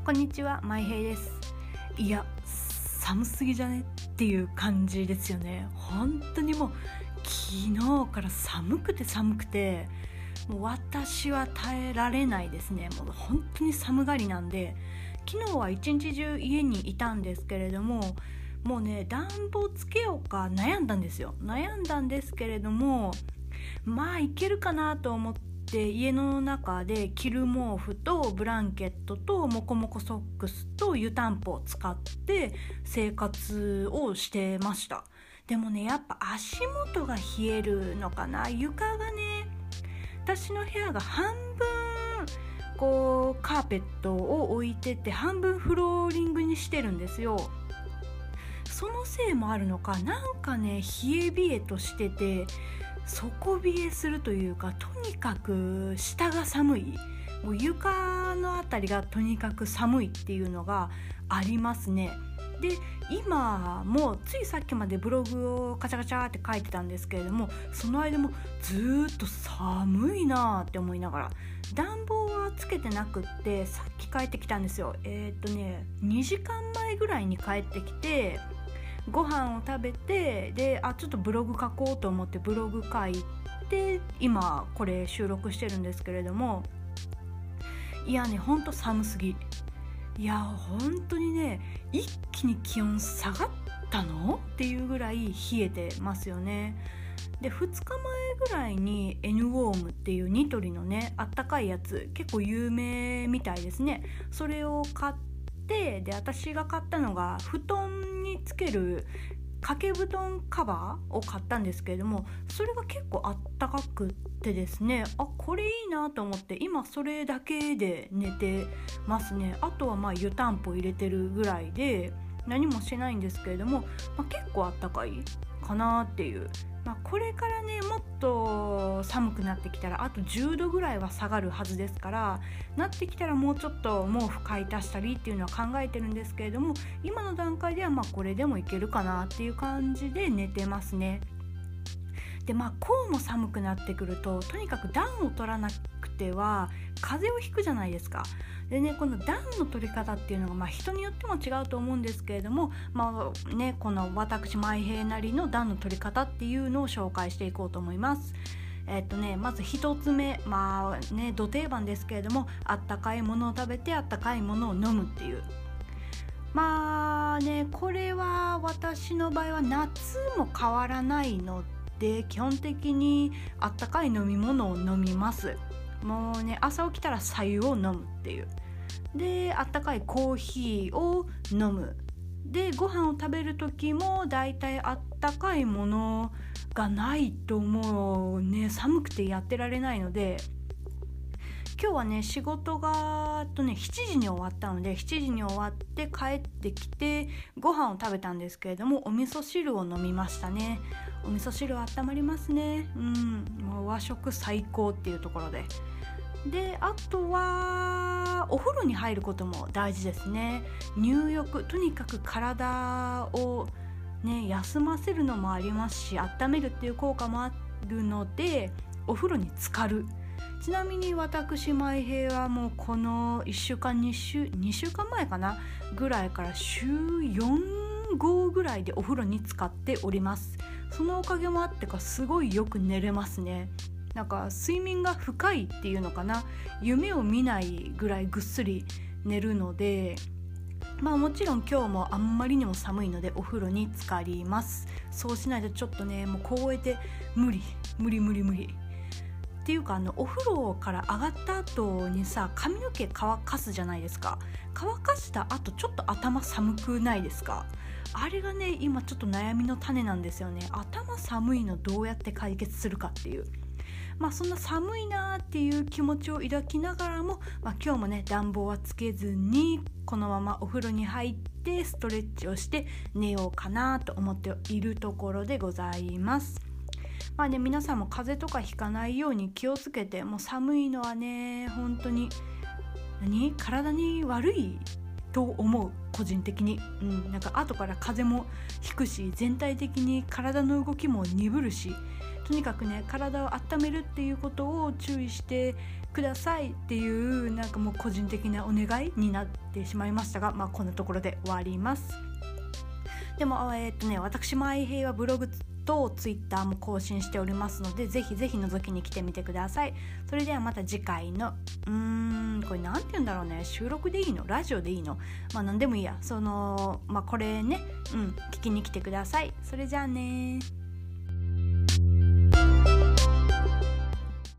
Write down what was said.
こんにちは、まいへいです。いや、寒すぎじゃねっていう感じですよね。本当にもう昨日から寒くてもう私は耐えられないですね。もう本当に寒がりなんで、昨日は一日中家にいたんですけれども、もうね、暖房つけようか悩んだんですけれども、まあいけるかなと思って家の中で着る毛布とブランケットとモコモコソックスと湯たんぽを使って生活をしてました。でもね、やっぱ足元が冷えるのかな。床がね、私の部屋が半分こうカーペットを置いてて、半分フローリングにしてるんですよ。そのせいもあるのか、なんかね、冷え冷えとしてて底冷えするというか、とにかく下が寒い、もう床のあたりがとにかく寒いっていうのがありますね。で、今もついさっきまでブログをカチャカチャって書いてたんですけれども、その間もずっと寒いなって思いながら、暖房はつけてなくって、さっき帰ってきたんですよ。2時間前ぐらいに帰ってきて、ご飯を食べて、でちょっとブログ書こうと思ってブログ書いて、今これ収録してるんですけれども、いやね、ほんと寒すぎ。いや本当にね、一気に気温下がったのっていうぐらい冷えてますよね。で、2日前ぐらいに N ウォームっていうニトリのね、あったかいやつ、結構有名みたいですね。それを買って、で私が買ったのが布団につける掛け布団カバーを買ったんですけれども、それが結構あったかくってですね、これいいなと思って、今それだけで寝てますね。あとは湯たんぽ入れてるぐらいで何もしてないんですけれども、結構あったかいかなっていう。これからね、もっと寒くなってきたらあと10度ぐらいは下がるはずですから、なってきたらもうちょっと毛布買い足したりっていうのは考えてるんですけれども、今の段階ではこれでもいけるかなっていう感じで寝てますね。で、こうも寒くなってくると、とにかく暖を取らなくては風邪をひくじゃないですか。でね、この暖の取り方っていうのが人によっても違うと思うんですけれども、この私まいへいなりの暖の取り方っていうのを紹介していこうと思います。まず一つ目、ど定番ですけれども、あったかいものを食べてあったかいものを飲むっていう。これは私の場合は夏も変わらないので、基本的にあったかい飲み物を飲みます。もうね、朝起きたら白湯を飲むっていう。で、あったかいコーヒーを飲む。で、ご飯を食べる時もだいたいあったかいものがないともうね、寒くてやってられないので、今日はね、仕事が7時に終わったので、7時に終わって帰ってきてご飯を食べたんですけれども、お味噌汁を飲みましたね。お味噌汁は温まりますね。もう和食最高っていうところで。で、あとはお風呂に入ることも大事ですね。入浴、とにかく体をね、休ませるのもありますし、温めるっていう効果もあるので、お風呂に浸かる。ちなみに私まいへいはもうこの2週間前かなぐらいから週4号ぐらいでお風呂に浸かっております。そのおかげもあってか、すごいよく寝れますね。なんか睡眠が深いっていうのかな、夢を見ないぐらいぐっすり寝るので、もちろん今日もあんまりにも寒いのでお風呂に浸かります。そうしないとちょっとね、もう凍えて無理っていうか、お風呂から上がった後にさ、髪の毛乾かすじゃないですか。乾かした後ちょっと頭寒くないですか？あれがね、今ちょっと悩みの種なんですよね。頭寒いのどうやって解決するかっていう。そんな寒いなっていう気持ちを抱きながらも、今日もね、暖房はつけずにこのままお風呂に入ってストレッチをして寝ようかなと思っているところでございます。皆さんも風邪とかひかないように気をつけて、もう寒いのはね、本当に体に悪いと思う、個人的に。なんか後から風邪もひくし、全体的に体の動きも鈍るし、とにかくね、体を温めるっていうことを注意してくださいっていう、なんかもう個人的なお願いになってしまいましたが、こんなところで終わります。でも私も愛平はブログとツイッターも更新しておりますので、ぜひぜひ覗きに来てみてください。それではまた次回のこれなんて言うんだろうね、収録でいいの、ラジオでいいの、なんでもいいや、これね、聞きに来てください。それじゃあね。